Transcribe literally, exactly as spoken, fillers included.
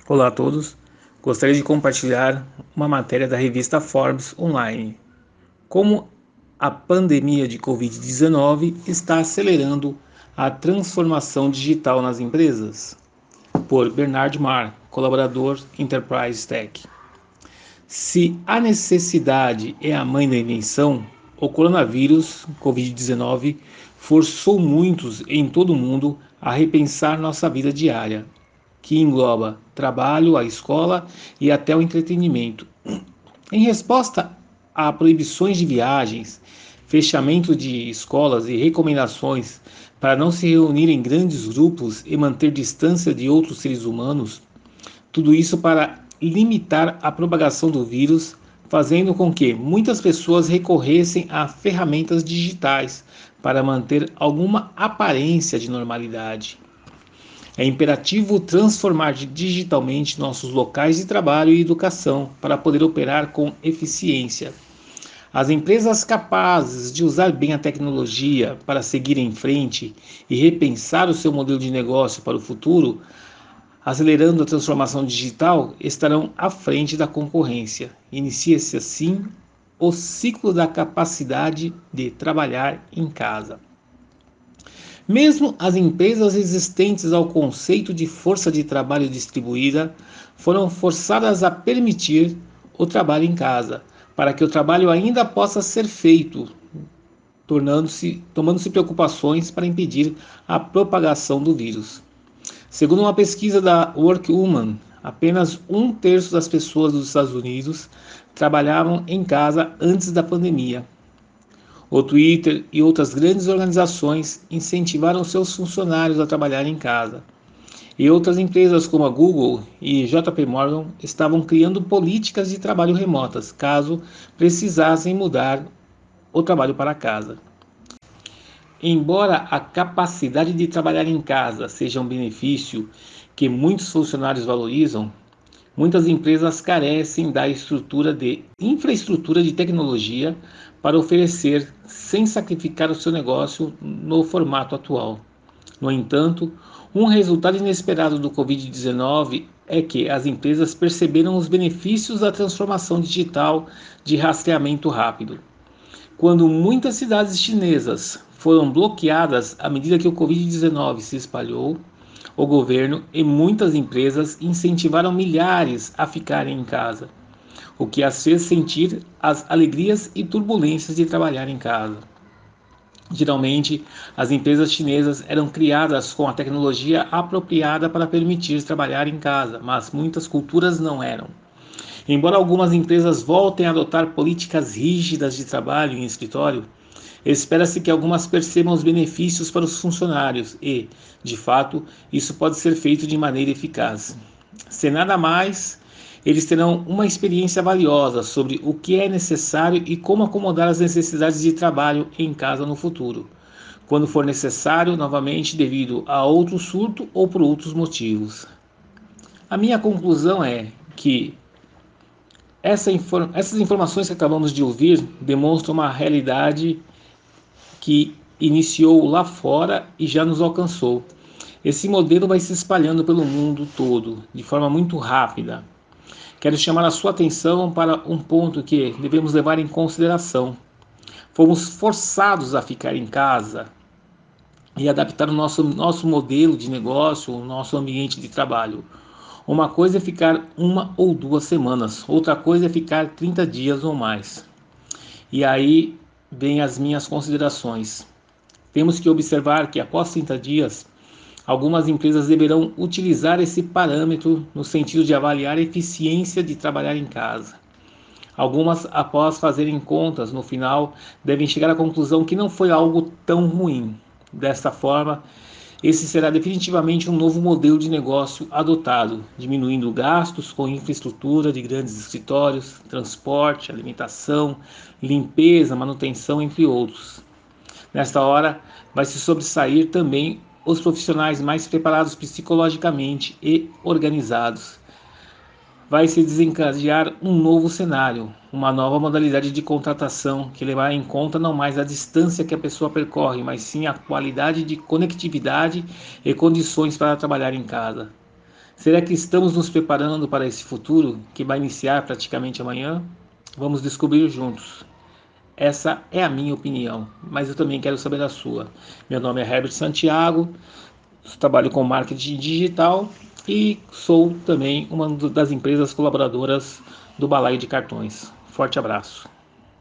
Olá a todos, gostaria de compartilhar uma matéria da revista Forbes Online. Como a pandemia de covid dezenove está acelerando a transformação digital nas empresas? Por Bernard Marr, colaborador Enterprise Tech. Se a necessidade é a mãe da invenção, o coronavírus covid dezenove forçou muitos em todo o mundo a repensar nossa vida diária, que engloba trabalho, a escola e até o entretenimento. Em resposta a proibições de viagens, fechamento de escolas e recomendações para não se reunir em grandes grupos e manter distância de outros seres humanos, tudo isso para limitar a propagação do vírus, fazendo com que muitas pessoas recorressem a ferramentas digitais para manter alguma aparência de normalidade. É imperativo transformar digitalmente nossos locais de trabalho e educação para poder operar com eficiência. As empresas capazes de usar bem a tecnologia para seguir em frente e repensar o seu modelo de negócio para o futuro, acelerando a transformação digital, estarão à frente da concorrência. Inicia-se assim o ciclo da capacidade de trabalhar em casa. Mesmo as empresas resistentes ao conceito de força de trabalho distribuída foram forçadas a permitir o trabalho em casa, para que o trabalho ainda possa ser feito, tornando-se, tomando-se preocupações para impedir a propagação do vírus. Segundo uma pesquisa da Workwoman, apenas um terço das pessoas dos Estados Unidos trabalhavam em casa antes da pandemia. O Twitter e outras grandes organizações incentivaram seus funcionários a trabalhar em casa. E outras empresas como a Google e J P Morgan estavam criando políticas de trabalho remotas, caso precisassem mudar o trabalho para casa. Embora a capacidade de trabalhar em casa seja um benefício que muitos funcionários valorizam, muitas empresas carecem da estrutura de infraestrutura de tecnologia para oferecer sem sacrificar o seu negócio no formato atual. No entanto, um resultado inesperado do covid dezenove é que as empresas perceberam os benefícios da transformação digital de rastreamento rápido. Quando muitas cidades chinesas foram bloqueadas à medida que o covid dezenove se espalhou, o governo e muitas empresas incentivaram milhares a ficarem em casa, o que as fez sentir as alegrias e turbulências de trabalhar em casa. Geralmente, as empresas chinesas eram criadas com a tecnologia apropriada para permitir trabalhar em casa, mas muitas culturas não eram. Embora algumas empresas voltem a adotar políticas rígidas de trabalho em escritório, espera-se que algumas percebam os benefícios para os funcionários e, de fato, isso pode ser feito de maneira eficaz. Se nada mais, eles terão uma experiência valiosa sobre o que é necessário e como acomodar as necessidades de trabalho em casa no futuro, quando for necessário novamente devido a outro surto ou por outros motivos. A minha conclusão é que essa inform- essas informações que acabamos de ouvir demonstram uma realidade que iniciou lá fora e já nos alcançou. Esse modelo vai se espalhando pelo mundo todo de forma muito rápida. Quero chamar a sua atenção para um ponto que devemos levar em consideração. Fomos forçados a ficar em casa e adaptar o nosso, nosso modelo de negócio, o nosso ambiente de trabalho. Uma coisa é ficar uma ou duas semanas, outra coisa é ficar trinta dias ou mais. E aí vem as minhas considerações. Temos que observar que após trinta dias, algumas empresas deverão utilizar esse parâmetro no sentido de avaliar a eficiência de trabalhar em casa. Algumas, após fazerem contas, no final, devem chegar à conclusão que não foi algo tão ruim. Desta forma, esse será definitivamente um novo modelo de negócio adotado, diminuindo gastos com infraestrutura de grandes escritórios, transporte, alimentação, limpeza, manutenção, entre outros. Nesta hora, vai se sobressair também os profissionais mais preparados psicologicamente e organizados. Vai se desencadear um novo cenário, uma nova modalidade de contratação que levará em conta não mais a distância que a pessoa percorre, mas sim a qualidade de conectividade e condições para trabalhar em casa. Será que estamos nos preparando para esse futuro que vai iniciar praticamente amanhã? Vamos descobrir juntos. Essa é a minha opinião, mas eu também quero saber a sua. Meu nome é Herbert Santiago, trabalho com marketing digital e sou também uma das empresas colaboradoras do Balaio de Cartões. Forte abraço.